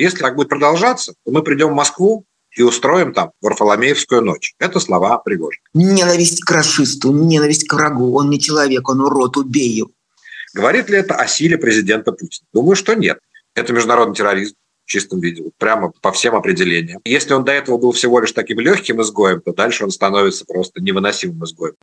Если так будет продолжаться, то мы придем в Москву и устроим там Варфоломеевскую ночь. Это слова Пригожина. Ненависть к расисту, ненависть к врагу. Он не человек, он урод, убей его. Говорит ли это о силе президента Путина? Думаю, что нет. Это международный терроризм в чистом виде, прямо по всем определениям. Если он до этого был всего лишь таким легким изгоем, то дальше он становится просто невыносимым изгоем.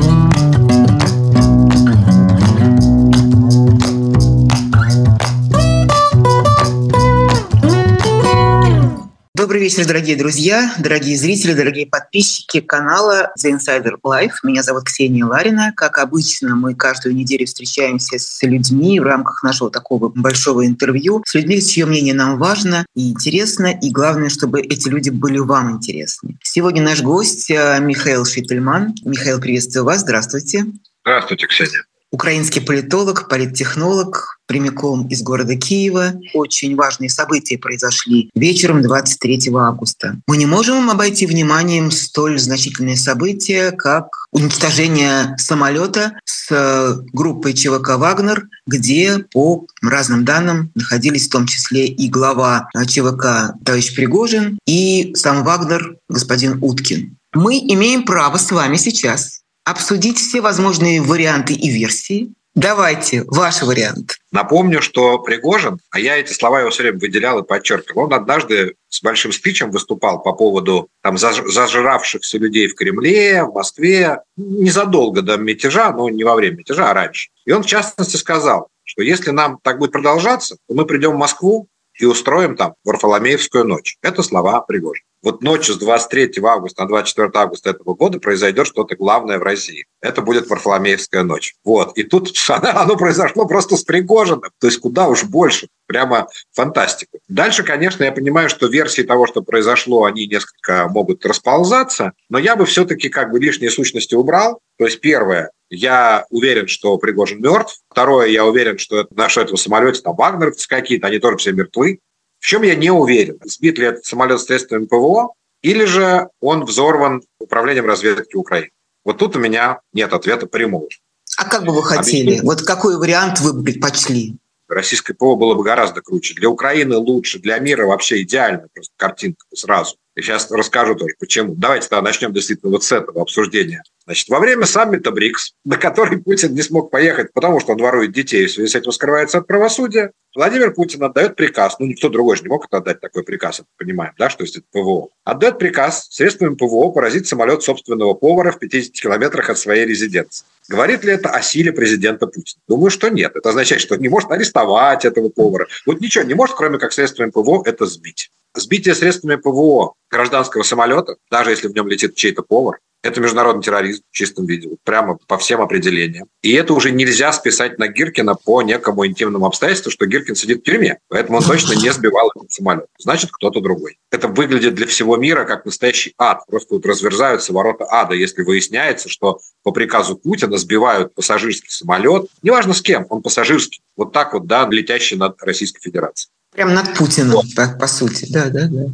Добрый вечер, дорогие друзья, дорогие зрители, дорогие подписчики канала The Insider Life. Меня зовут Ксения Ларина. Как обычно, мы каждую неделю встречаемся с людьми в рамках нашего такого большого интервью, с людьми, чье мнение нам важно и интересно, и главное, чтобы эти люди были вам интересны. Сегодня наш гость Михаил Шипельман. Михаил, приветствую вас. Здравствуйте. Здравствуйте, Ксения. Украинский политолог, политтехнолог, прямиком из города Киева. Очень важные события произошли вечером 23 августа. Мы не можем обойти вниманием столь значительные события, как уничтожение самолета с группой ЧВК «Вагнер», где, по разным данным, находились в том числе и глава ЧВК товарищ Пригожин и сам «Вагнер» господин Уткин. Мы имеем право с вами сейчас обсудить все возможные варианты и версии. Давайте, ваш вариант. Напомню, что Пригожин, а я эти слова его все время выделял и подчеркивал, он однажды с большим спичем выступал по поводу там зажравшихся людей в Кремле, в Москве, незадолго до мятежа, но не во время мятежа, а раньше. И он, в частности, сказал, что если нам так будет продолжаться, то мы придем в Москву и устроим там Варфоломеевскую ночь. Это слова Пригожина. Вот ночью с 23 августа на 24 августа этого года произойдет что-то главное в России. Это будет Варфоломеевская ночь. Вот. И тут оно произошло просто с Пригожиным. То есть куда уж больше. Прямо фантастика. Дальше, конечно, я понимаю, что версии того, что произошло, они несколько могут расползаться, но я бы все-таки лишние сущности убрал. То есть первое, я уверен, что Пригожин мертв. Второе, я уверен, что на этого самолете там вагнеровцы какие-то, они тоже все мертвы. В чем я не уверен, сбит ли этот самолет средствами ПВО, или же он взорван управлением разведки Украины. Вот тут у меня нет ответа прямого. А как бы вы хотели? Вот какой вариант вы бы предпочли? Российское ПВО было бы гораздо круче. Для Украины лучше, для мира вообще идеально. Просто картинка сразу. И сейчас расскажу тоже, почему. Давайте тогда начнем действительно вот с этого обсуждения. Значит, во время саммита БРИКС, на который Путин не смог поехать, потому что он ворует детей, и в связи с этим скрывается от правосудия, Владимир Путин отдает приказ, никто другой же не мог отдать такой приказ, это понимаем, да, что есть это ПВО. Отдает приказ средствами ПВО поразить самолет собственного повара в 50 километрах от своей резиденции. Говорит ли это о силе президента Путина? Думаю, что нет. Это означает, что он не может арестовать этого повара. Вот ничего не может, кроме как средствами ПВО это сбить. Сбитие средствами ПВО гражданского самолета, даже если в нем летит чей-то повар, это международный терроризм в чистом виде, прямо по всем определениям. И это уже нельзя списать на Гиркина по некому интимному обстоятельству, что Гиркин сидит в тюрьме, поэтому он точно не сбивал этот самолет. Значит, кто-то другой. Это выглядит для всего мира как настоящий ад. Просто тут разверзаются ворота ада, если выясняется, что по приказу Путина сбивают пассажирский самолет, неважно с кем, он пассажирский, вот так вот, да, летящий над Российской Федерацией. Прям над Путиным, по сути. Да.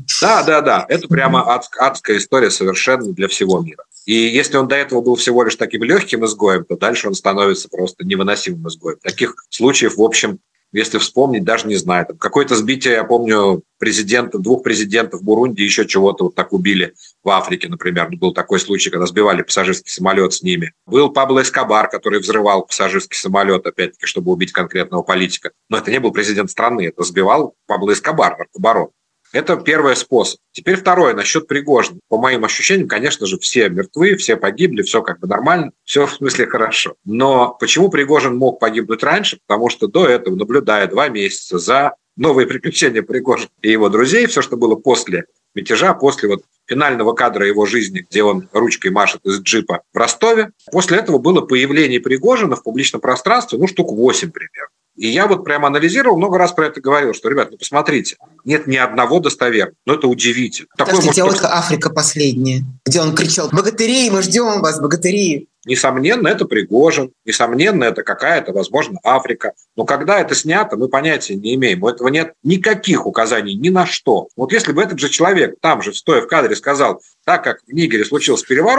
Да. Это прямо адская история совершенно для всего мира. И если он до этого был всего лишь таким легким изгоем, то дальше он становится просто невыносимым изгоем. Таких случаев, в общем, если вспомнить, даже не знаю. Там какое-то сбитие, я помню, двух президентов Бурунди еще чего-то вот так убили в Африке, например. Был такой случай, когда сбивали пассажирский самолет с ними. Был Пабло Эскобар, который взрывал пассажирский самолет, опять-таки, чтобы убить конкретного политика. Но это не был президент страны, это сбивал Пабло Эскобар, наркобарон. Это первый способ. Теперь второе, насчет Пригожина. По моим ощущениям, конечно же, все мертвы, все погибли, все нормально, все в смысле хорошо. Но почему Пригожин мог погибнуть раньше? Потому что до этого, наблюдая 2 месяца за новые приключения Пригожина и его друзей, все, что было после мятежа, после финального кадра его жизни, где он ручкой машет из джипа в Ростове, после этого было появление Пригожина в публичном пространстве, штук 8 примерно. И я прямо анализировал, много раз про это говорил, что, ребят, посмотрите, нет ни одного достоверного. Это удивительно. Подождите, вот Африка последняя, где он кричал: «Богатыри, мы ждем вас, богатыри». Несомненно, это Пригожин, несомненно, это какая-то, возможно, Африка. Но когда это снято, мы понятия не имеем. У этого нет никаких указаний ни на что. Вот если бы этот же человек там же, стоя в кадре, сказал: так как в Нигере случился переворот,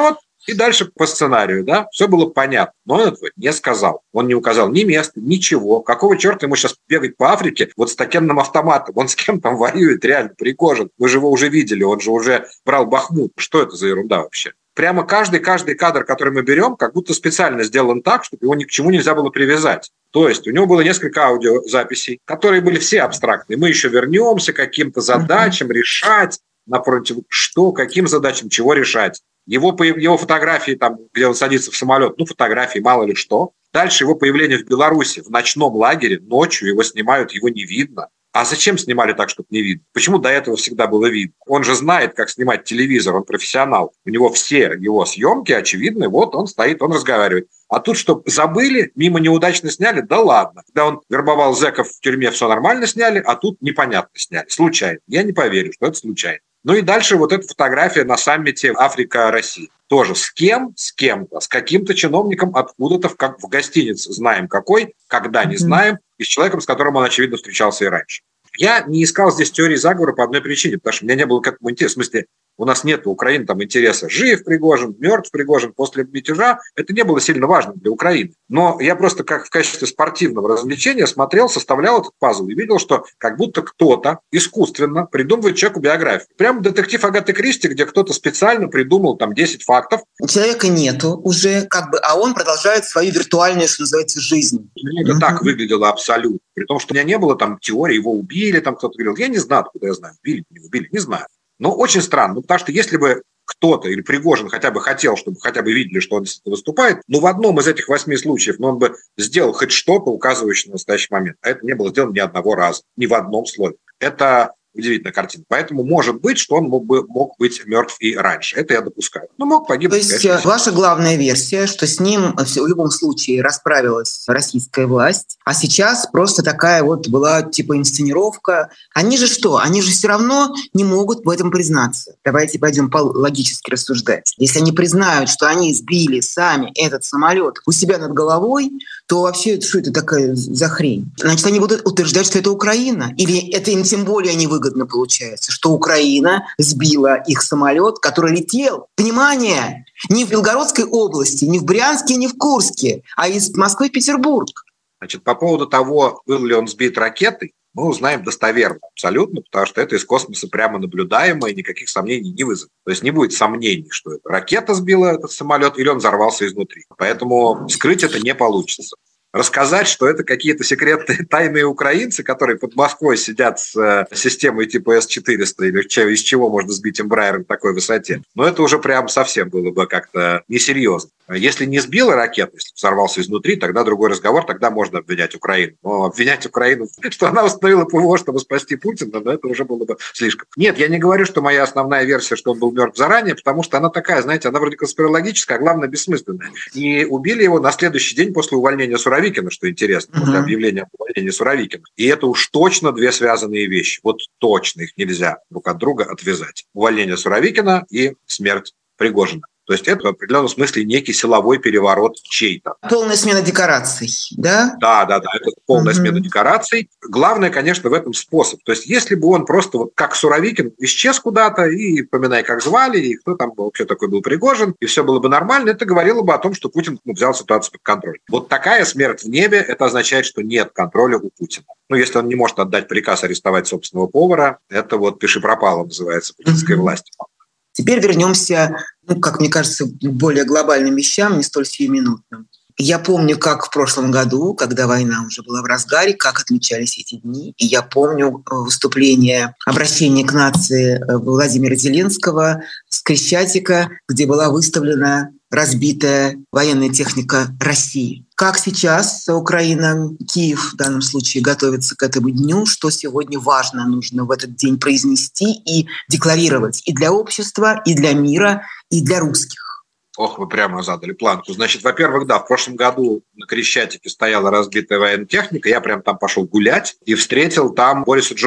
И дальше по сценарию, да, все было понятно. Но он этого не сказал. Он не указал ни места, ничего. Какого черта ему сейчас бегать по Африке вот с такенным автоматом? Он с кем там воюет, реально Пригожин. Вы же его уже видели, он же уже брал Бахмут. Что это за ерунда вообще? Прямо каждый кадр, который мы берем, как будто специально сделан так, чтобы его ни к чему нельзя было привязать. То есть у него было несколько аудиозаписей, которые были все абстрактные. Мы еще вернемся к каким-то задачам, решать на фронте, что, каким задачам, чего решать. Его фотографии, там, где он садится в самолет, фотографии, мало ли что. Дальше его появление в Беларуси в ночном лагере, ночью его снимают, его не видно. А зачем снимали так, чтобы не видно? Почему до этого всегда было видно? Он же знает, как снимать телевизор, он профессионал. У него все его съемки очевидны, вот он стоит, он разговаривает. А тут что, забыли, мимо неудачно сняли? Да ладно. Когда он вербовал зэков в тюрьме, все нормально сняли, а тут непонятно сняли. Случайно. Я не поверю, что это случайно. Ну и дальше вот эта фотография на саммите Африка-Россия. Тоже с кем? С кем-то. С каким-то чиновником откуда-то в гостинице. Знаем какой, когда не знаем. И с человеком, с которым он, очевидно, встречался и раньше. Я не искал здесь теории заговора по одной причине, потому что у меня не было к этому интереса. В смысле, у нас нет у Украины там интереса, жив Пригожин, мертв Пригожин после мятежа. Это не было сильно важно для Украины. Но я просто как в качестве спортивного развлечения смотрел, составлял этот пазл и видел, что как будто кто-то искусственно придумывает человеку биографию. Прямо детектив Агаты Кристи, где кто-то специально придумал там 10 фактов. Человека нету уже, а он продолжает свою виртуальную, что называется, жизнь. Это так выглядело абсолютно. При том, что у меня не было там теории, его убили, там кто-то говорил. Я не знаю, откуда я знаю, убили, не убили, не знаю. Но очень странно, потому что если бы кто-то или Пригожин хотя бы хотел, чтобы хотя бы видели, что он действительно выступает, в одном из этих 8 случаев он бы сделал хоть что-то, указывающее на настоящий момент. А это не было сделано ни одного раза, ни в одном слове. Это удивительная картина. Поэтому может быть, что он мог быть мертв и раньше. Это я допускаю. Но мог погибнуть. То есть ваша главная версия, что с ним в любом случае расправилась российская власть, а сейчас просто такая вот была типа инсценировка. Они же что? Они же все равно не могут в этом признаться. Давайте пойдем логически рассуждать. Если они признают, что они сбили сами этот самолет у себя над головой, то вообще что это такая за хрень? Значит, они будут утверждать, что это Украина. Или это им тем более невыгодно получается, что Украина сбила их самолет, который летел, внимание, не в Белгородской области, не в Брянске, не в Курске, а из Москвы в Петербург. Значит, по поводу того, был ли он сбит ракетой, мы узнаем достоверно абсолютно, потому что это из космоса прямо наблюдаемо и никаких сомнений не вызовет. То есть не будет сомнений, что это ракета сбила этот самолет или он взорвался изнутри. Поэтому скрыть это не получится. Рассказать, что это какие-то секретные тайные украинцы, которые под Москвой сидят с системой типа С-400 или из чего можно сбить Embraer на такой высоте. Но это уже прям совсем было бы как-то несерьезно. Если не сбила ракету, если взорвался изнутри, тогда другой разговор, тогда можно обвинять Украину. Но обвинять Украину, что она установила ПВО, чтобы спасти Путина, это уже было бы слишком. Нет, я не говорю, что моя основная версия, что он был мертв заранее, потому что она такая, знаете, она вроде конспирологическая, а главное бессмысленная. И убили его на следующий день после увольнения Суровикина, что интересно, после объявления об увольнении Суровикина. И это уж точно две связанные вещи. Вот точно их нельзя друг от друга отвязать. Увольнение Суровикина и смерть Пригожина. То есть это в определенном смысле некий силовой переворот чей-то. Полная смена декораций, да? Да, это полная смена декораций. Главное, конечно, в этом способ. То есть если бы он просто вот как Суровикин исчез куда-то, и поминай, как звали, и кто там вообще такой был Пригожин, и все было бы нормально, это говорило бы о том, что Путин взял ситуацию под контроль. Вот такая смерть в небе, это означает, что нет контроля у Путина. Если он не может отдать приказ арестовать собственного повара, это вот пиши пропало называется путинской властью. Теперь вернемся, как мне кажется, к более глобальным вещам, не столь сиюминутным. Я помню, как в прошлом году, когда война уже была в разгаре, как отмечались эти дни. И я помню выступление, обращение к нации Владимира Зеленского с Крещатика, где была выставлена разбитая военная техника России. Как сейчас Украина, Киев в данном случае готовится к этому дню, что сегодня важно нужно в этот день произнести и декларировать и для общества, и для мира, и для русских? Ох, вы прямо задали планку. Значит, во-первых, да, в прошлом году на Крещатике стояла разбитая военная техника. Я прям там пошел гулять и встретил там Бориса Джонсона,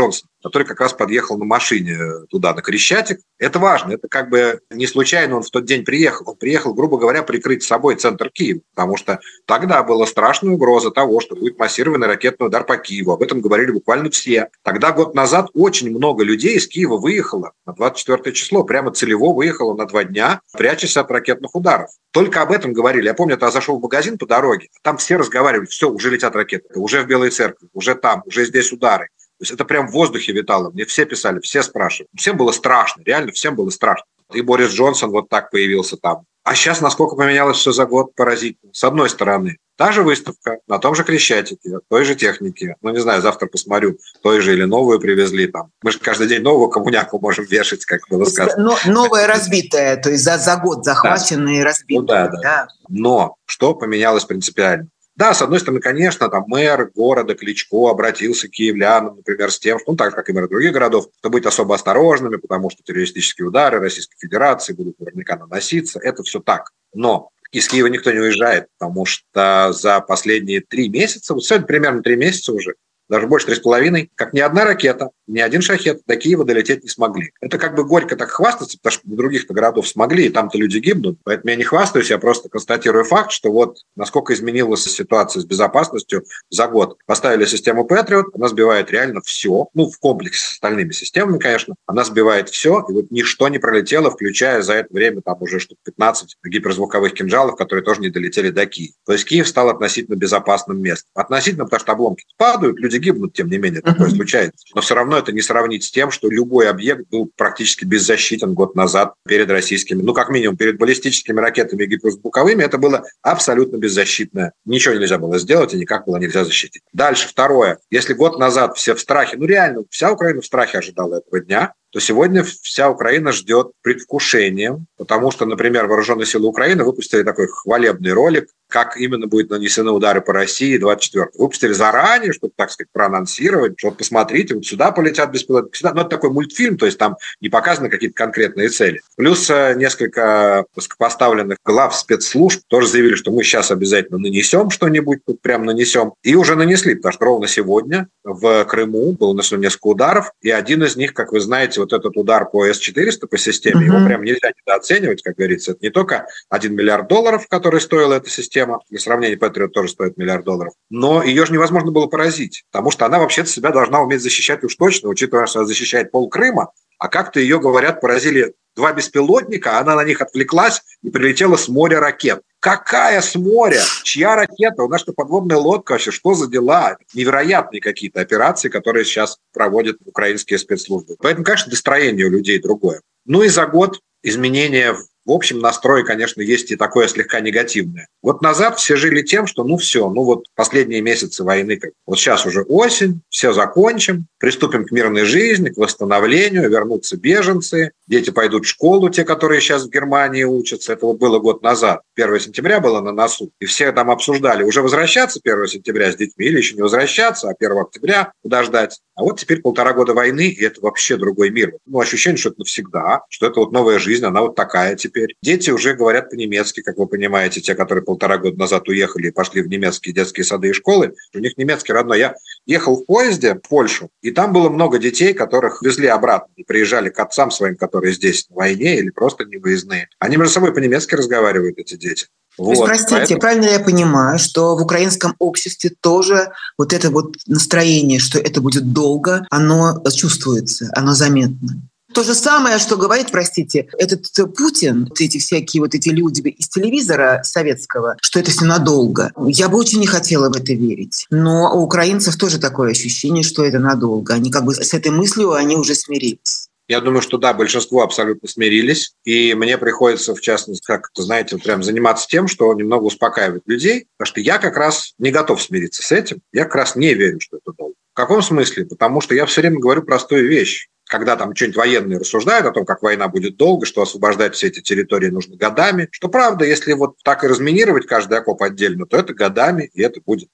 который как раз подъехал на машине туда, на Крещатик. Это важно, это как бы не случайно он в тот день приехал. Он приехал, грубо говоря, прикрыть собой центр Киева, потому что тогда была страшная угроза того, что будет массированный ракетный удар по Киеву. Об этом говорили буквально все. Тогда, год назад, очень много людей из Киева выехало на 24 число, прямо целево выехало на 2 дня, прячась от ракетных ударов. Только об этом говорили. Я помню, я зашел в магазин по дороге, там все разговаривали, все, уже летят ракеты, уже в Белой Церкви, уже там, уже здесь удары. То есть это прям в воздухе витало. Мне все писали, все спрашивали. Всем было страшно, реально всем было страшно. И Борис Джонсон вот так появился там. А сейчас насколько поменялось все за год, поразительно. С одной стороны, та же выставка на том же Крещатике, той же технике. Ну, не знаю, завтра посмотрю, той же или новую привезли там. Мы же каждый день нового коммуняку можем вешать, как было сказано. Но новая разбитая, то есть за год захваченные, да. Разбитые. Ну да. Но что поменялось принципиально? Да, с одной стороны, конечно, там мэр города Кличко обратился к киевлянам, например, с тем, что, так же, как и мэры других городов, что быть особо осторожными, потому что террористические удары Российской Федерации будут наверняка наноситься. Это все так. Но из Киева никто не уезжает, потому что за последние 3 месяца, вот сегодня примерно 3 месяца уже, даже больше 3,5, как ни одна ракета, ни один шахет до Киева долететь не смогли. Это как бы горько так хвастаться, потому что до других-то городов смогли, и там-то люди гибнут. Поэтому я не хвастаюсь, я просто констатирую факт, что вот насколько изменилась ситуация с безопасностью за год. Поставили систему Patriot, она сбивает реально все, в комплексе с остальными системами, конечно, она сбивает все, и вот ничто не пролетело, включая за это время там уже штук 15 гиперзвуковых кинжалов, которые тоже не долетели до Киева. То есть Киев стал относительно безопасным местом. Относительно, потому что обломки падают, люди гибнут, тем не менее, такое случается. Но все равно это не сравнить с тем, что любой объект был практически беззащитен год назад перед российскими, как минимум перед баллистическими ракетами и гиперзвуковыми, это было абсолютно беззащитно. Ничего нельзя было сделать и никак было нельзя защитить. Дальше, второе. Если год назад все в страхе, реально, вся Украина в страхе ожидала этого дня, то сегодня вся Украина ждет предвкушением, потому что, например, Вооруженные силы Украины выпустили такой хвалебный ролик, как именно будут нанесены удары по России 24-го. Выпустили заранее, чтобы, так сказать, проанонсировать, что вот посмотрите, вот сюда полетят беспилотники, сюда. Но это такой мультфильм, то есть там не показаны какие-то конкретные цели. Плюс несколько высокопоставленных глав спецслужб тоже заявили, что мы сейчас обязательно нанесем что-нибудь, тут прям нанесем. И уже нанесли, потому что ровно сегодня в Крыму было нанесено несколько ударов, и один из них, как вы знаете, вот этот удар по С-400 по системе, его прям нельзя недооценивать, как говорится. Это не только $1 миллиард, который стоила эта система, для сравнения, Patriot тоже стоит $1 миллиард, но ее же невозможно было поразить, потому что она вообще-то себя должна уметь защищать уж точно, учитывая, что она защищает пол Крыма, а как-то ее, говорят, поразили 2 беспилотника, она на них отвлеклась и прилетела с моря ракет. Какая с моря? Чья ракета? У нас что, подводная лодка вообще? Что за дела? Невероятные какие-то операции, которые сейчас проводят украинские спецслужбы. Поэтому, конечно, настроение у людей другое. И за год изменения в общем настрой, конечно, есть и такое слегка негативное. Вот назад все жили тем, что все, последние месяцы войны, вот сейчас уже осень, все закончим, приступим к мирной жизни, к восстановлению, вернутся беженцы, дети пойдут в школу, те, которые сейчас в Германии учатся. Это вот было год назад. 1 сентября было на носу, и все там обсуждали, уже возвращаться 1 сентября с детьми или еще не возвращаться, а 1 октября куда ждать. А вот теперь 1,5 года войны, и это вообще другой мир. Ощущение, что это навсегда, что это вот новая жизнь, она вот такая теперь. Дети уже говорят по-немецки, как вы понимаете, те, которые 1,5 года назад уехали и пошли в немецкие детские сады и школы, у них немецкий родной. Я ехал в поезде в Польшу, и там было много детей, которых везли обратно и приезжали к отцам своим, которые здесь на войне или просто не выездные. Они между собой по-немецки разговаривают, эти дети. То есть, простите, правильно я понимаю, что в украинском обществе тоже вот это вот настроение, что это будет долго, оно чувствуется, оно заметно? То же самое, что говорит, простите, этот Путин, эти всякие вот эти люди из телевизора советского, что это все надолго. Я бы очень не хотела в это верить. Но у украинцев тоже такое ощущение, что это надолго. Они как бы с этой мыслью, они уже смирились. Я думаю, что да, большинство абсолютно смирились. И мне приходится, в частности, как-то, знаете, прям заниматься тем, что немного успокаивает людей. Потому что я как раз не готов смириться с этим. Я как раз не верю, что это долго. В каком смысле? Потому что я все время говорю простую вещь. Когда там что-нибудь военные рассуждают о том, как война будет долго, что освобождать все эти территории нужно годами, что правда, если вот так и разминировать каждый окоп отдельно, то это годами, и это будет так.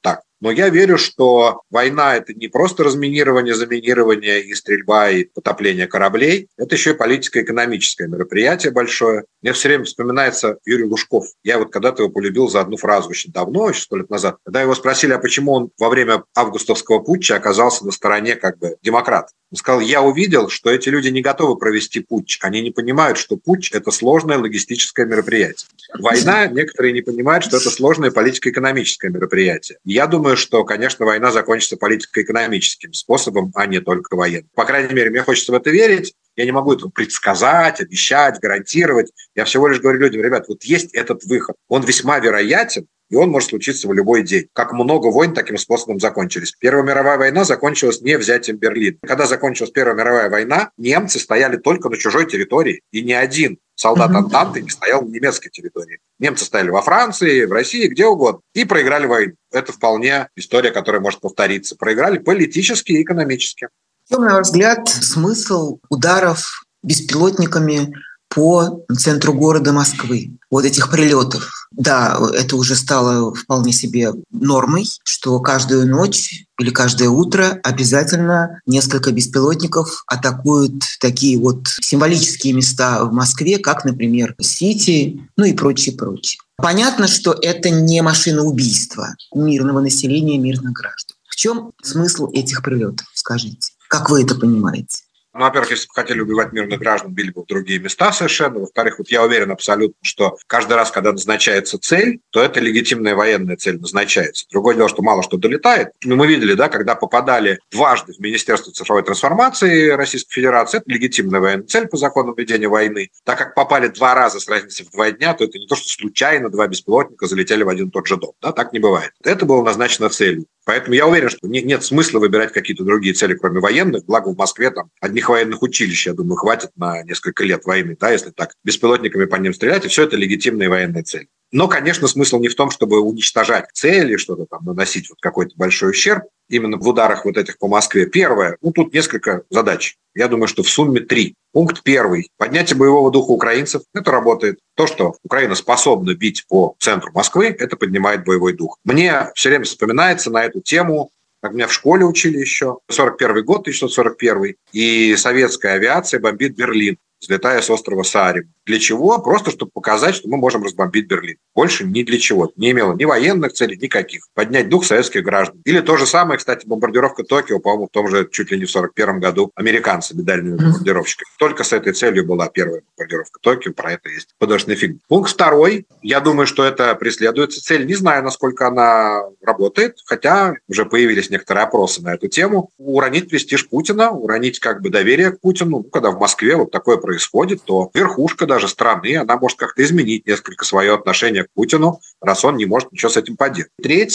Но я верю, что война – это не просто разминирование, заминирование и стрельба, и потопление кораблей. Это еще и политико-экономическое мероприятие большое. Мне все время вспоминается Юрий Лужков. Я вот когда-то его полюбил за одну фразу очень давно, еще 100 лет назад. Когда его спросили, а почему он во время августовского путча оказался на стороне демократов. Он сказал, я увидел, что эти люди не готовы провести путч. Они не понимают, что путч – это сложное логистическое мероприятие. Война, некоторые не понимают, что это сложное политико-экономическое мероприятие. Я думаю, что, конечно, война закончится политико-экономическим способом, а не только военным. По крайней мере, мне хочется в это верить. Я не могу этого предсказать, обещать, гарантировать. Я всего лишь говорю людям, ребят, вот есть этот выход. Он весьма вероятен, и он может случиться в любой день. Как много войн таким способом закончились. Первая мировая война закончилась не взятием Берлина. Когда закончилась Первая мировая война, немцы стояли только на чужой территории, и ни один солдат Антанты не стоял на немецкой территории. Немцы стояли во Франции, в России, где угодно, и проиграли войну. Это вполне история, которая может повториться. Проиграли политически и экономически. В чем, на ваш взгляд, смысл ударов беспилотниками по центру города Москвы, вот этих прилетов? Да, это уже стало вполне себе нормой, что каждую ночь или каждое утро обязательно несколько беспилотников атакуют такие вот символические места в Москве, как, например, Сити, ну и прочее. Понятно, что это не машина убийства мирного населения, мирных граждан. В чем смысл этих прилетов, скажите? Как вы это понимаете? Ну, во-первых, если бы хотели убивать мирных граждан, били бы в другие места совершенно. Во-вторых, вот я уверен абсолютно, что каждый раз, когда назначается цель, то это легитимная военная цель назначается. Другое дело, что мало что долетает. Но мы видели, да, когда попадали дважды в Министерство цифровой трансформации Российской Федерации, это легитимная военная цель по закону ведения войны. Так как попали 2 раза с разницей в 2 дня, то это не то, что случайно 2 беспилотника залетели в один и тот же дом. Да, так не бывает. Это было назначено целью. Поэтому я уверен, что нет смысла выбирать какие-то другие цели, кроме военных. Благо в Москве там одних военных училищ, я думаю, хватит на несколько лет войны, да, если так беспилотниками по ним стрелять, и все это легитимные военные цели. Но, конечно, смысл не в том, чтобы уничтожать цели, что-то там наносить вот какой-то большой ущерб именно в ударах вот этих по Москве. Первое, тут несколько задач. Я думаю, что в сумме 3. Пункт 1. Поднятие боевого духа украинцев. Это работает. То, что Украина способна бить по центру Москвы, это поднимает боевой дух. Мне все время вспоминается на эту тему, как меня в школе учили еще, 41 год, 1941, и советская авиация бомбит Берлин, взлетая с острова Саарем. Для чего? Просто чтобы показать, что мы можем разбомбить Берлин. Больше ни для чего. Не имело ни военных целей, никаких. Поднять дух советских граждан. Или то же самое, кстати, бомбардировка Токио, по-моему, в том же чуть ли не в 41 году американцами, дальними бомбардировщиками. Только с этой целью была первая бомбардировка Токио, про это есть художественный фильм. Пункт 2. Я думаю, что это преследуется цель. Не знаю, насколько она работает, хотя уже появились некоторые опросы на эту тему. Уронить престиж Путина, уронить доверие к Путину. Когда в Москве вот такое происходит, то верхушка даже страны, она может как-то изменить несколько свое отношение к Путину, раз он не может ничего с этим поделать. 3.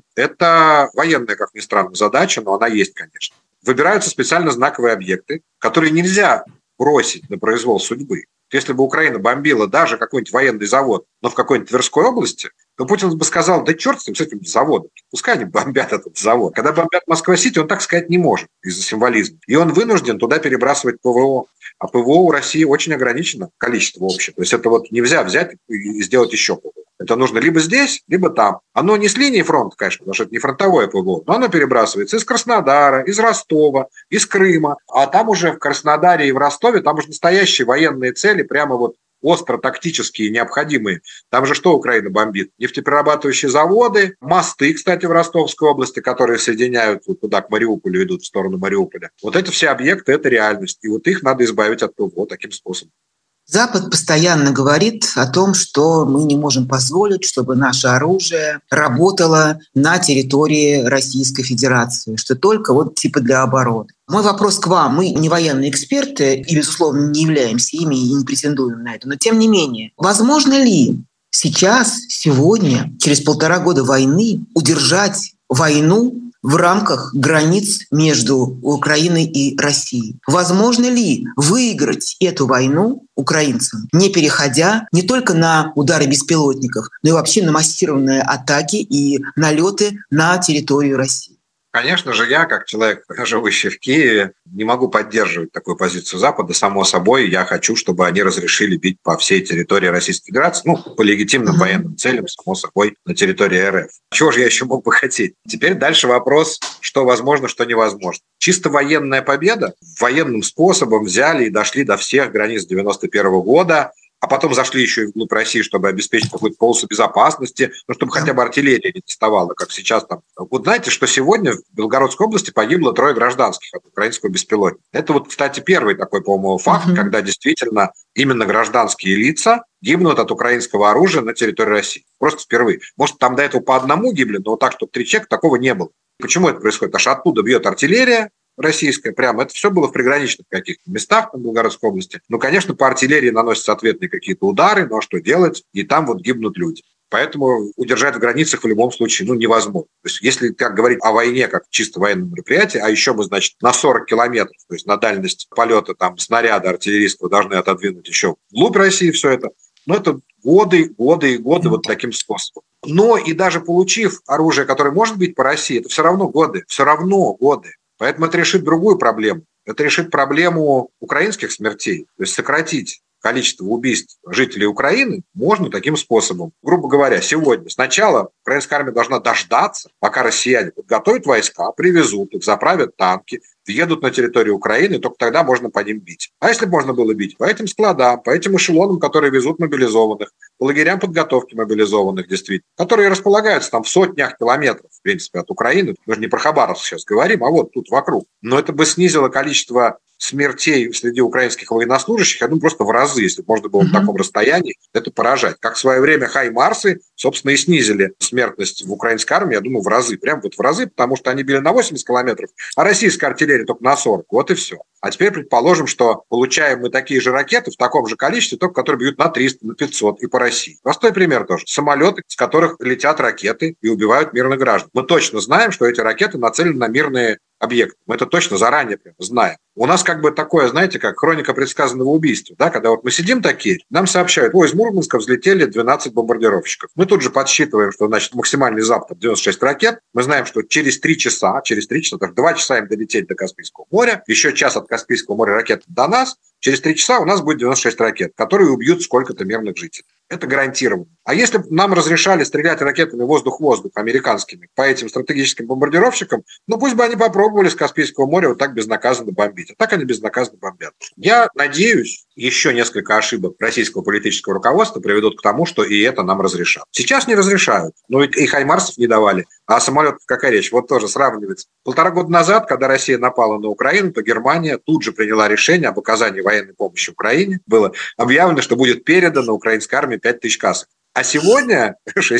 Это военная, как ни странно, задача, но она есть, конечно. Выбираются специально знаковые объекты, которые нельзя бросить на произвол судьбы. Если бы Украина бомбила даже какой-нибудь военный завод, но в какой-нибудь Тверской области, то Путин бы сказал, да черт с ним, с этим заводом, пускай они бомбят этот завод. Когда бомбят Москва-Сити, он так сказать не может из-за символизма. И он вынужден туда перебрасывать ПВО. А ПВО у России очень ограничено количество общее. То есть это вот нельзя взять и сделать еще ПВО. Это нужно либо здесь, либо там. Оно не с линии фронта, конечно, потому что это не фронтовое ПВО, но оно перебрасывается из Краснодара, из Ростова, из Крыма. А там уже в Краснодаре и в Ростове, там уже настоящие военные цели, прямо вот остро-тактические, необходимые. Там же что Украина бомбит? Нефтеперерабатывающие заводы, мосты, кстати, в Ростовской области, которые соединяют вот туда, к Мариуполю, идут в сторону Мариуполя. Вот эти все объекты – это реальность. И вот их надо избавить от ПВО таким способом. Запад постоянно говорит о том, что мы не можем позволить, чтобы наше оружие работало на территории Российской Федерации, что только вот типа для обороны. Мой вопрос к вам. Мы не военные эксперты и, безусловно, не являемся ими и не претендуем на это. Но, тем не менее, возможно ли сейчас, сегодня, через 1,5 года войны, удержать войну в рамках границ между Украиной и Россией? Возможно ли выиграть эту войну украинцам, не переходя не только на удары беспилотников, но и вообще на массированные атаки и налеты на территорию России? Конечно же, я, как человек, живущий в Киеве, не могу поддерживать такую позицию Запада. Само собой, я хочу, чтобы они разрешили бить по всей территории Российской Федерации, по легитимным военным целям, само собой, на территории РФ. Чего же я еще мог бы хотеть? Теперь дальше вопрос, что возможно, что невозможно. Чисто военная победа. Военным способом взяли и дошли до всех границ 1991 года, а потом зашли еще и вглубь России, чтобы обеспечить какую-то полосу безопасности, чтобы хотя бы артиллерия не доставала, как сейчас там. Вот знаете, что сегодня в Белгородской области погибло 3 гражданских от украинского беспилотника. Это кстати, первый такой, по-моему, факт, когда действительно именно гражданские лица гибнут от украинского оружия на территории России. Просто впервые. Может, там до этого по одному гибли, но вот так, чтобы 3 человека, такого не было. Почему это происходит? Потому что оттуда бьет артиллерия российская, прямо. Это все было в приграничных каких-то местах в Белгородской области. Конечно, по артиллерии наносятся ответные какие-то удары, но что делать? И там гибнут люди. Поэтому удержать в границах в любом случае невозможно. То есть если как говорить о войне как чисто военном мероприятии, а еще мы, на 40 километров, то есть на дальность полета снаряда артиллерийского должны отодвинуть еще вглубь России все это, это годы и годы таким способом. Но и даже получив оружие, которое может бить по России, это все равно годы. Поэтому это решит другую проблему. Это решит проблему украинских смертей. То есть сократить количество убийств жителей Украины можно таким способом. Грубо говоря, сегодня сначала украинская армия должна дождаться, пока россияне подготовят войска, привезут их, заправят танки, въедут на территорию Украины, только тогда можно по ним бить. А если бы можно было бить? По этим складам, по этим эшелонам, которые везут мобилизованных, по лагерям подготовки мобилизованных, действительно, которые располагаются в сотнях километров, в принципе, от Украины. Мы же не про Хабаровск сейчас говорим, а тут вокруг. Но это бы снизило количество смертей среди украинских военнослужащих, просто в разы, если бы можно было на таком расстоянии это поражать. Как в свое время хаймарсы, собственно, и снизили смертность в украинской армии, я думаю, в разы. Прям в разы, потому что они били на 80 километров, а российская артиллерия только на 40. Вот и все. А теперь предположим, что получаем мы такие же ракеты в таком же количестве, только которые бьют на 300, на 500 и по России. Простой пример тоже. Самолеты, с которых летят ракеты и убивают мирных граждан. Мы точно знаем, что эти ракеты нацелены на мирные объекты. Мы это точно заранее знаем. У нас такое, знаете, как хроника предсказанного убийства. Да? Когда мы сидим такие, нам сообщают, из Мурманска взлетели 12 бомбардировщиков. Мы тут же подсчитываем, что максимальный залп 96 ракет. Мы знаем, что через 3 часа, даже 2 часа им долететь до Каспийского моря, еще час от Каспийского моря ракет до нас, через 3 часа у нас будет 96 ракет, которые убьют сколько-то мирных жителей. Это гарантированно. А если бы нам разрешали стрелять ракетами воздух-воздух американскими по этим стратегическим бомбардировщикам, пусть бы они попробовали с Каспийского моря так безнаказанно бомбить. А так они безнаказанно бомбят. Я надеюсь, еще несколько ошибок российского политического руководства приведут к тому, что и это нам разрешат. Сейчас не разрешают. И хаймарсов не давали. А самолетов какая речь? Тоже сравнивается. 1,5 года назад, когда Россия напала на Украину, то Германия тут же приняла решение об оказании военной помощи Украине. Было объявлено, что будет передано украинской армии 5000 касок. А сегодня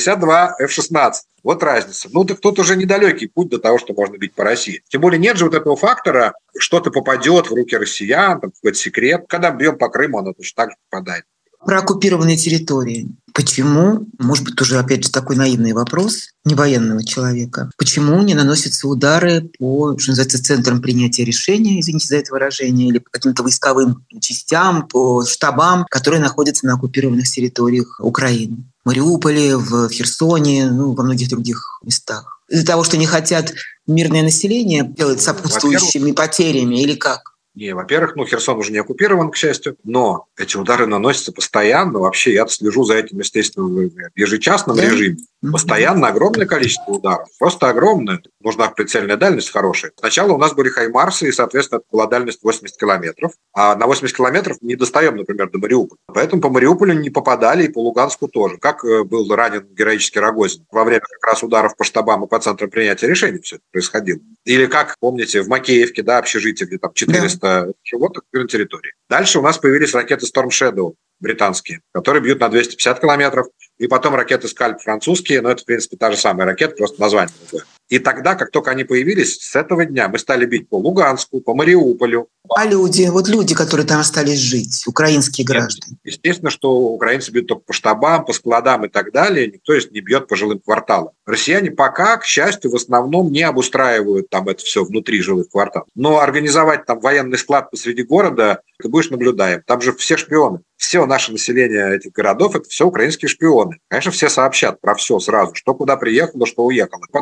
62 F-16. Вот разница. Так тут уже недалекий путь до того, что можно бить по России. Тем более нет же этого фактора, что-то попадет в руки россиян, какой-то секрет. Когда бьем по Крыму, оно точно так же попадает. Про оккупированные территории. Почему, может быть, тоже, опять же, такой наивный вопрос невоенного человека, почему не наносятся удары по, что называется, центрам принятия решения, извините за это выражение, или по каким-то войсковым частям, по штабам, которые находятся на оккупированных территориях Украины? В Мариуполе, в Херсоне, во многих других местах. Из-за того, что не хотят мирное население делать сопутствующими потерями или как? Во-первых, Херсон уже не оккупирован, к счастью, но эти удары наносятся постоянно. Вообще, я слежу за этим, естественно, в ежечасном режиме. Постоянно огромное количество ударов. Просто огромное. Нужна прицельная дальность хорошая. Сначала у нас были хаймарсы, и, соответственно, это была дальность 80 километров. А на 80 километров не достаем, например, до Мариуполя. Поэтому по Мариуполю не попадали, и по Луганску тоже. Как был ранен героически Рогозин. Во время как раз ударов по штабам и по центрам принятия решений все это происходило. Или как, помните, в Макеевке, общежитие, где 400 животных на территории. Дальше у нас появились ракеты Storm Shadow британские, которые бьют на 250 километров, и потом ракеты Скальп французские, но это, в принципе, та же самая ракета, просто название другое. И тогда, как только они появились, с этого дня мы стали бить по Луганску, по Мариуполю. А люди, которые там остались жить, украинские граждане? Естественно, что украинцы бьют только по штабам, по складам и так далее, никто не бьет по жилым кварталам. Россияне пока, к счастью, в основном не обустраивают это все внутри жилых кварталов. Но организовать военный склад посреди города, ты будешь наблюдаем. Там же все шпионы. Все наше население этих городов – это все украинские шпионы. Конечно, все сообщат про все сразу, что куда приехало, что уехало. Потом им нужны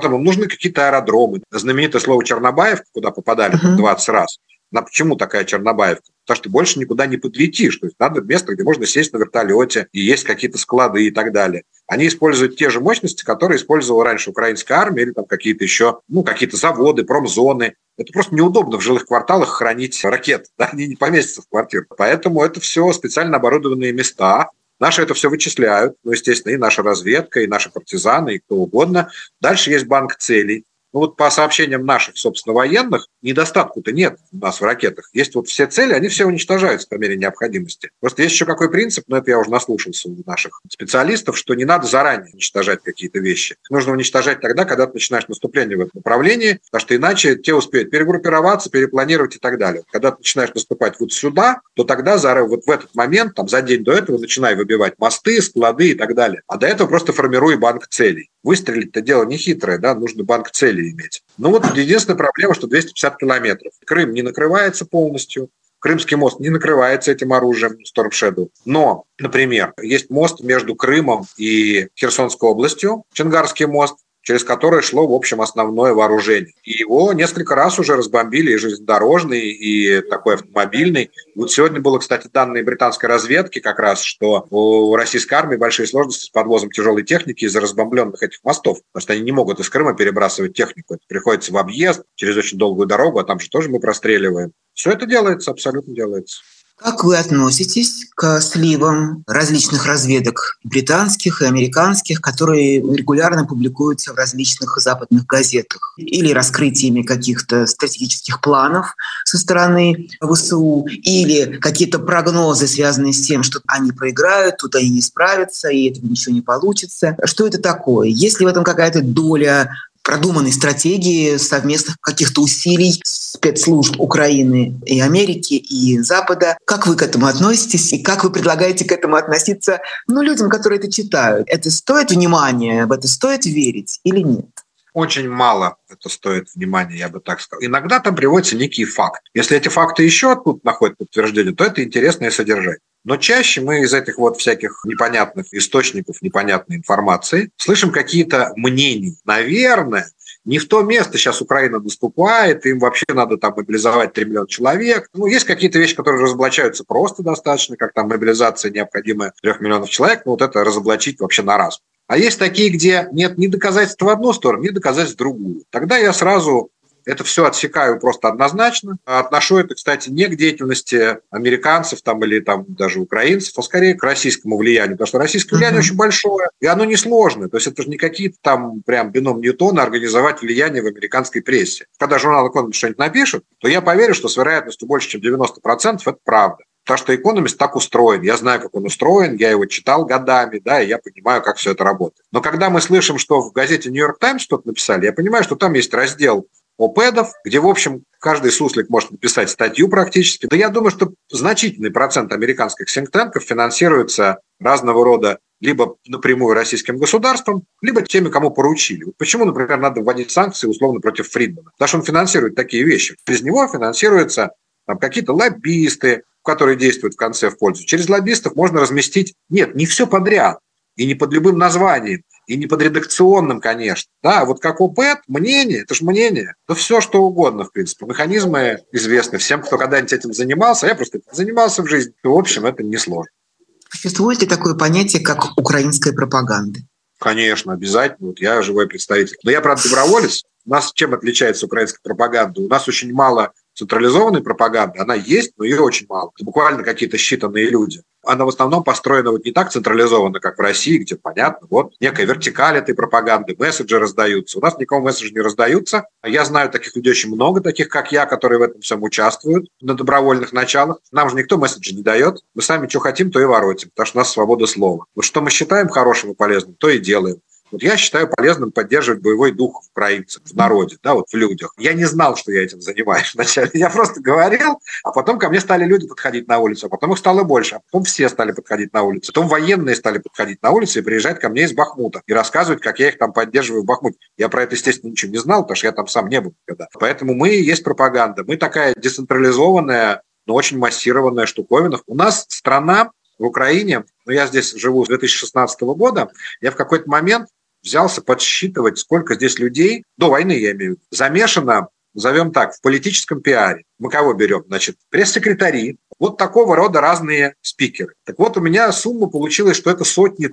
какие-то аэродромы. Знаменитое слово Чернобаевка, куда попадали 20 раз. Почему такая Чернобаевка? Потому что ты больше никуда не подлетишь. То есть надо место, где можно сесть на вертолете, и есть какие-то склады и так далее. Они используют те же мощности, которые использовала раньше украинская армия или там какие-то еще, какие-то заводы, промзоны. Это просто неудобно в жилых кварталах хранить ракеты. Да? Они не поместятся в квартиру. Поэтому это все специально оборудованные места. Наши это все вычисляют. Естественно, и наша разведка, и наши партизаны, и кто угодно. Дальше есть банк целей. По сообщениям наших, собственно, военных, недостатку-то нет у нас в ракетах. Есть все цели, они все уничтожаются по мере необходимости. Просто есть еще какой принцип, но это я уже наслушался у наших специалистов, что не надо заранее уничтожать какие-то вещи. Нужно уничтожать тогда, когда ты начинаешь наступление в этом направлении, потому что иначе те успеют перегруппироваться, перепланировать и так далее. Когда ты начинаешь наступать сюда, то тогда в этот момент, за день до этого, начинай выбивать мосты, склады и так далее. А до этого просто формируй банк целей. Выстрелить-то дело не хитрое, да, нужно банк целей иметь. Единственная проблема, что 250 километров. Крым не накрывается полностью, Крымский мост не накрывается этим оружием Storm Shadow. Но, например, есть мост между Крымом и Херсонской областью, Чонгарский мост, через который шло, в общем, основное вооружение. И его несколько раз уже разбомбили, и железнодорожный, и такой автомобильный. Сегодня было, кстати, данные британской разведки как раз, что у российской армии большие сложности с подвозом тяжелой техники из-за разбомбленных этих мостов, потому что они не могут из Крыма перебрасывать технику. Это приходится в объезд, через очень долгую дорогу, а там же тоже мы простреливаем. Все это делается, абсолютно делается. Как вы относитесь к сливам различных разведок британских и американских, которые регулярно публикуются в различных западных газетах, или раскрытиями каких-то стратегических планов со стороны ВСУ, или какие-то прогнозы, связанные с тем, что они проиграют, тут они не справятся, и этого ничего не получится? Что это такое? Есть ли в этом какая-то доля продуманной стратегии, совместных каких-то усилий спецслужб Украины и Америки и Запада? Как вы к этому относитесь и как вы предлагаете к этому относиться людям, которые это читают? Это стоит внимания, в это стоит верить или нет? Очень мало это стоит внимания, я бы так сказал. Иногда там приводится некий факт. Если эти факты еще тут находят подтверждение, то это интересное содержание. Но чаще мы из этих всяких непонятных источников непонятной информации слышим какие-то мнения. Наверное, не в то место сейчас Украина наступает, им вообще надо там мобилизовать 3 миллиона человек. Есть какие-то вещи, которые разоблачаются просто достаточно, как там мобилизация необходимая 3 миллионов человек, это разоблачить вообще на раз. А есть такие, где нет ни доказательств в одну сторону, ни доказательств в другую. Тогда я сразу это все отсекаю просто однозначно. Отношу это, кстати, не к деятельности американцев или даже украинцев, а скорее к российскому влиянию. Потому что российское влияние очень большое, и оно несложное. То есть это же не какие-то прям бином Ньютона организовать влияние в американской прессе. Когда журнал «Экономист» что-нибудь напишет, то я поверю, что с вероятностью больше, чем 90% это правда. Потому что «Экономист» так устроен. Я знаю, как он устроен, я его читал годами, и я понимаю, как все это работает. Но когда мы слышим, что в газете «Нью-Йорк Таймс» что-то написали, я понимаю, что там есть раздел ОПЭДов, где, в общем, каждый суслик может написать статью практически. Да я думаю, что значительный процент американских синктенков финансируется разного рода либо напрямую российским государством, либо теми, кому поручили. Почему, например, надо вводить санкции условно против Фридмана? Потому что он финансирует такие вещи. Через него финансируются какие-то лоббисты, которые действуют в конце в пользу. Через лоббистов можно разместить, не все подряд, и не под любым названием, и не под редакционным, конечно. Да, как ОПЭД, мнение, это же мнение, то все, что угодно, в принципе. Механизмы известны всем, кто когда-нибудь этим занимался, я просто этим занимался в жизни. В общем, это несложно. Существует ли такое понятие, как украинская пропаганда? Конечно, обязательно. Я живой представитель. Но я, правда, доброволец. У нас чем отличается украинская пропаганда? У нас очень мало централизованной пропаганды, она есть, но ее очень мало. Это буквально какие-то считанные люди. Она в основном построена не так централизованно, как в России, где, понятно, некая вертикаль этой пропаганды, месседжи раздаются. У нас никому месседжи не раздаются. Я знаю таких людей очень много, таких как я, которые в этом всем участвуют на добровольных началах. Нам же никто месседжи не дает. Мы сами что хотим, то и воротим, потому что у нас свобода слова. Что мы считаем хорошим и полезным, то и делаем. Я считаю полезным поддерживать боевой дух украинцев в народе, в людях. Я не знал, что я этим занимаюсь вначале. Я просто говорил, а потом ко мне стали люди подходить на улицу, а потом их стало больше, а потом все стали подходить на улицу. Потом военные стали подходить на улицу и приезжать ко мне из Бахмута и рассказывать, как я их там поддерживаю в Бахмуте. Я про это, естественно, ничего не знал, потому что я там сам не был никогда. Поэтому мы и есть пропаганда. Мы такая децентрализованная, но очень массированная штуковина. У нас страна в Украине, я здесь живу с 2016 года, я в какой-то момент взялся подсчитывать, сколько здесь людей, до войны, я имею в виду, замешано, назовем так, в политическом пиаре. Мы кого берем? Значит, пресс-секретари, вот такого рода разные спикеры. Так вот, у меня сумма получилась, что это сотни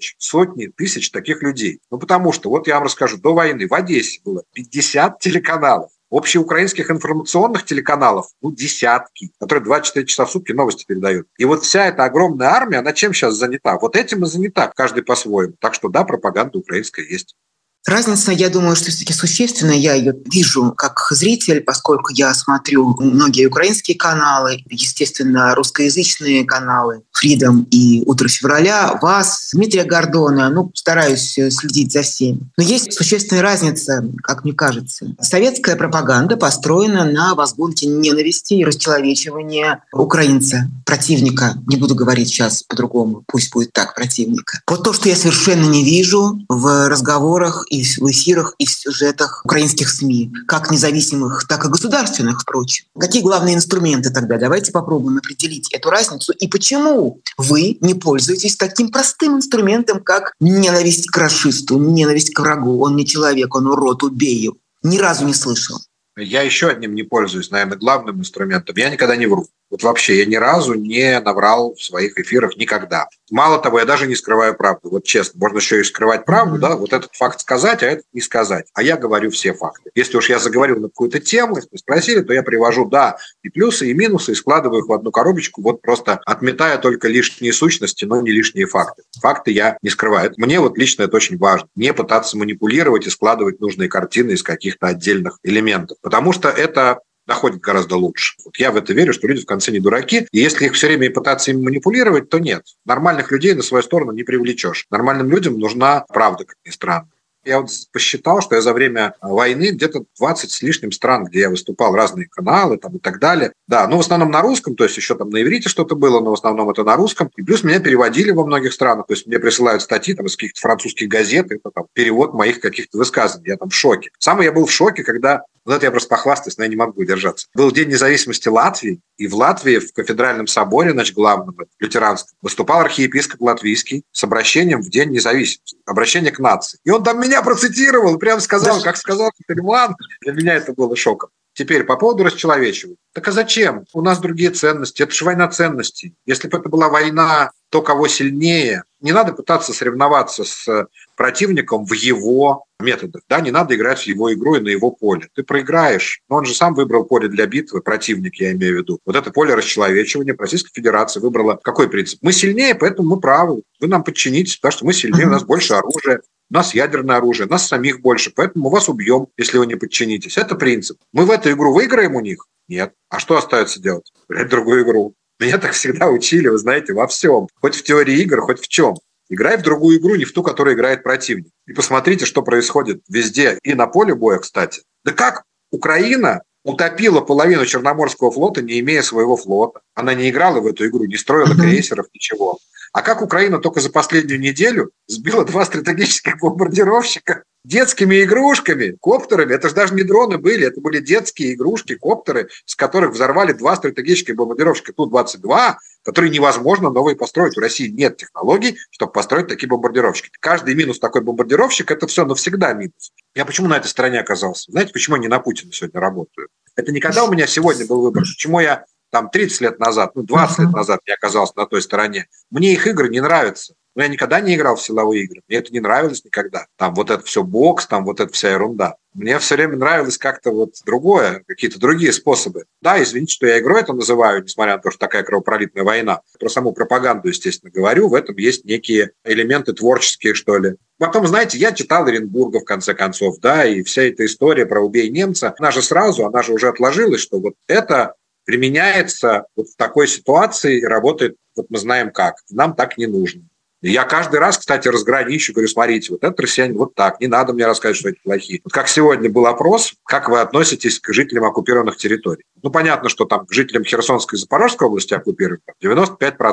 тысяч таких людей. Ну, потому что, вот я вам расскажу, до войны в Одессе было 50 телеканалов. Общеукраинских информационных телеканалов, десятки, которые 24 часа в сутки новости передают. И вот вся эта огромная армия, она чем сейчас занята? Вот этим и занята, каждый по-своему. Так что да, пропаганда украинская есть. Разница, я думаю, что все-таки существенная. Я ее вижу как зритель, поскольку я смотрю многие украинские каналы, естественно, русскоязычные каналы «Freedom» и «Утро февраля», вас, Дмитрия Гордона, стараюсь следить за всеми. Но есть существенная разница, как мне кажется. Советская пропаганда построена на возбудке ненависти и расчеловечивания украинца, противника. Не буду говорить сейчас по-другому, пусть будет так, противника. Вот то, что я совершенно не вижу в разговорах и в эфирах, и в сюжетах украинских СМИ, как независимых, так и государственных, впрочем. Какие главные инструменты тогда? Давайте попробуем определить эту разницу. И почему вы не пользуетесь таким простым инструментом, как ненависть к рашисту, ненависть к врагу? Он не человек, он урод, убей его. Ни разу не слышал. Я еще одним не пользуюсь, наверное, главным инструментом. Я никогда не вру. Вот вообще я ни разу не наврал в своих эфирах никогда. Мало того, я даже не скрываю правду. Вот честно, можно еще и скрывать правду, да, вот этот факт сказать, а этот не сказать. А я говорю все факты. Если уж я заговорил на какую-то тему, если спросили, то я привожу, да, и плюсы, и минусы, и складываю их в одну коробочку, вот просто отметая только лишние сущности, но не лишние факты. Факты я не скрываю. Мне вот лично это очень важно. Не пытаться манипулировать и складывать нужные картины из каких-то отдельных элементов. Потому что это доходит гораздо лучше. Вот я в это верю, что люди в конце не дураки, и если их все время пытаться им манипулировать, то нет. Нормальных людей на свою сторону не привлечешь. Нормальным людям нужна правда, как ни странно. Я вот посчитал, что я за время войны где-то 20 с лишним стран, где я выступал, разные каналы там, и так далее. Да, в основном на русском, то есть еще там на иврите что-то было, но в основном это на русском. И плюс меня переводили во многих странах, то есть мне присылают статьи там, из каких-то французских газет, это там перевод моих каких-то высказываний. Я там в шоке. Сам я был в шоке, когда, это я просто похвастаюсь, но я не могу удержаться. Был День независимости Латвии, и в Латвии в кафедральном соборе, главном, лютеранском, выступал архиепископ латвийский с обращением в День независимости, обращение к нации. И он там меня процитировал, прям сказал, как сказал Тельман. Для меня это было шоком. Теперь по поводу расчеловечивания. Так а зачем? У нас другие ценности. Это же война ценностей. Если бы это была война, то кого сильнее. Не надо пытаться соревноваться с противником в его методах. Да? Не надо играть в его игру и на его поле. Ты проиграешь. Но он же сам выбрал поле для битвы, противник, я имею в виду. Вот это поле расчеловечивания. Российская Федерация выбрала какой принцип? Мы сильнее, поэтому мы правы. Вы нам подчинитесь, потому что мы сильнее, у нас больше оружия. У нас ядерное оружие, нас самих больше, поэтому мы вас убьем, если вы не подчинитесь. Это принцип. Мы в эту игру выиграем у них? Нет. А что остается делать? Играть другую игру. Меня так всегда учили, вы знаете, во всем. Хоть в теории игр, хоть в чем. Играй в другую игру, не в ту, которую играет противник. И посмотрите, что происходит везде. И на поле боя, кстати. Да как Украина утопила половину Черноморского флота, не имея своего флота. Она не играла в эту игру, не строила крейсеров, ничего. А как Украина только за последнюю неделю сбила 2 стратегических бомбардировщика детскими игрушками, коптерами. Это же даже не дроны были, это были детские игрушки, коптеры, с которых взорвали 2 стратегических бомбардировщика Ту-22, которые невозможно новые построить. У России нет технологий, чтобы построить такие бомбардировщики. Каждый минус такой бомбардировщик – это все навсегда минус. Я почему на этой стороне оказался? Знаете, почему я не на Путина сегодня работаю? Это не когда у меня сегодня был выбор. Почему я 30 лет назад, 20 лет назад я оказался на той стороне. Мне их игры не нравятся. Но я никогда не играл в силовые игры. Мне это не нравилось никогда. Там вот это все бокс, там вот эта вся ерунда. Мне все время нравилось как-то другое, какие-то другие способы. Да, извините, что я игрой это называю, несмотря на то, что такая кровопролитная война. Про саму пропаганду, естественно, говорю. В этом есть некие элементы творческие, что ли. Потом, знаете, я читал Оренбурга, в конце концов, да, и вся эта история про «убей немца», она же уже отложилась, что вот это применяется вот в такой ситуации и работает, вот мы знаем как. Нам так не нужно. И я каждый раз, кстати, разграничу, говорю, смотрите, вот это россияне вот так, не надо мне рассказывать, что эти плохие. Вот как сегодня был опрос, как вы относитесь к жителям оккупированных территорий? Понятно, что там к жителям Херсонской и Запорожской области оккупированных 95%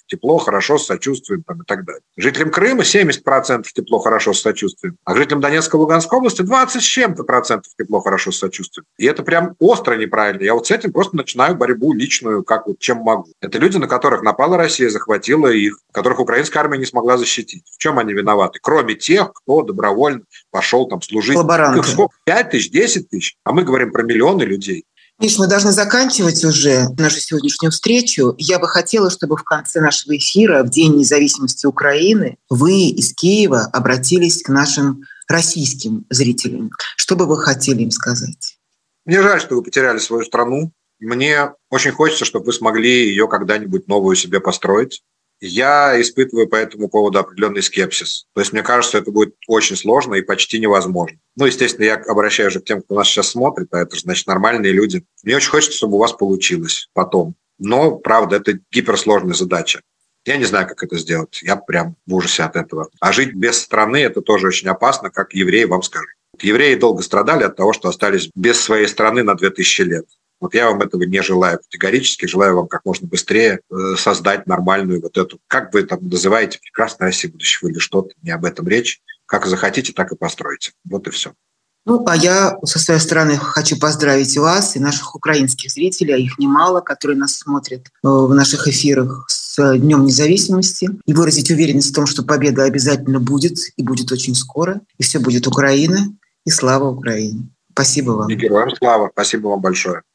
тепло, хорошо, с сочувствием там, и так далее. Жителям Крыма 70% тепло, хорошо, с сочувствием. А жителям Донецкой и Луганской области 20 с чем-то процентов тепло, хорошо, с сочувствием. И это прям остро неправильно. Я вот с этим просто начинаю борьбу личную, как вот чем могу. Это люди, на которых напала Россия, захватила их, которых украинская армия не смогла защитить. В чем они виноваты? Кроме тех, кто добровольно пошел там служить. Их сколько? 5 тысяч, 10 тысяч? А мы говорим про миллионы людей. Миш, мы должны заканчивать уже нашу сегодняшнюю встречу. Я бы хотела, чтобы в конце нашего эфира, в День независимости Украины, вы из Киева обратились к нашим российским зрителям. Что бы вы хотели им сказать? Мне жаль, что вы потеряли свою страну. Мне очень хочется, чтобы вы смогли ее когда-нибудь новую себе построить. Я испытываю по этому поводу определенный скепсис. То есть мне кажется, это будет очень сложно и почти невозможно. Ну, естественно, я обращаюсь же к тем, кто нас сейчас смотрит, а это же, значит, нормальные люди. Мне очень хочется, чтобы у вас получилось потом. Но, правда, это гиперсложная задача. Я не знаю, как это сделать. Я прям в ужасе от этого. А жить без страны – это тоже очень опасно, как евреи вам скажут. Евреи долго страдали от того, что остались без своей страны на 2000 лет. Вот я вам этого не желаю категорически, желаю вам как можно быстрее создать нормальную вот эту, как вы там называете, прекрасную Россию будущего или что-то, не об этом речь. Как захотите, так и постройте. Вот и все. Ну, а я со своей стороны хочу поздравить вас и наших украинских зрителей, а их немало, которые нас смотрят в наших эфирах с Днем независимости, и выразить уверенность в том, что победа обязательно будет, и будет очень скоро, и все будет Украина, и слава Украине. Спасибо вам. И героям слава. Спасибо вам большое.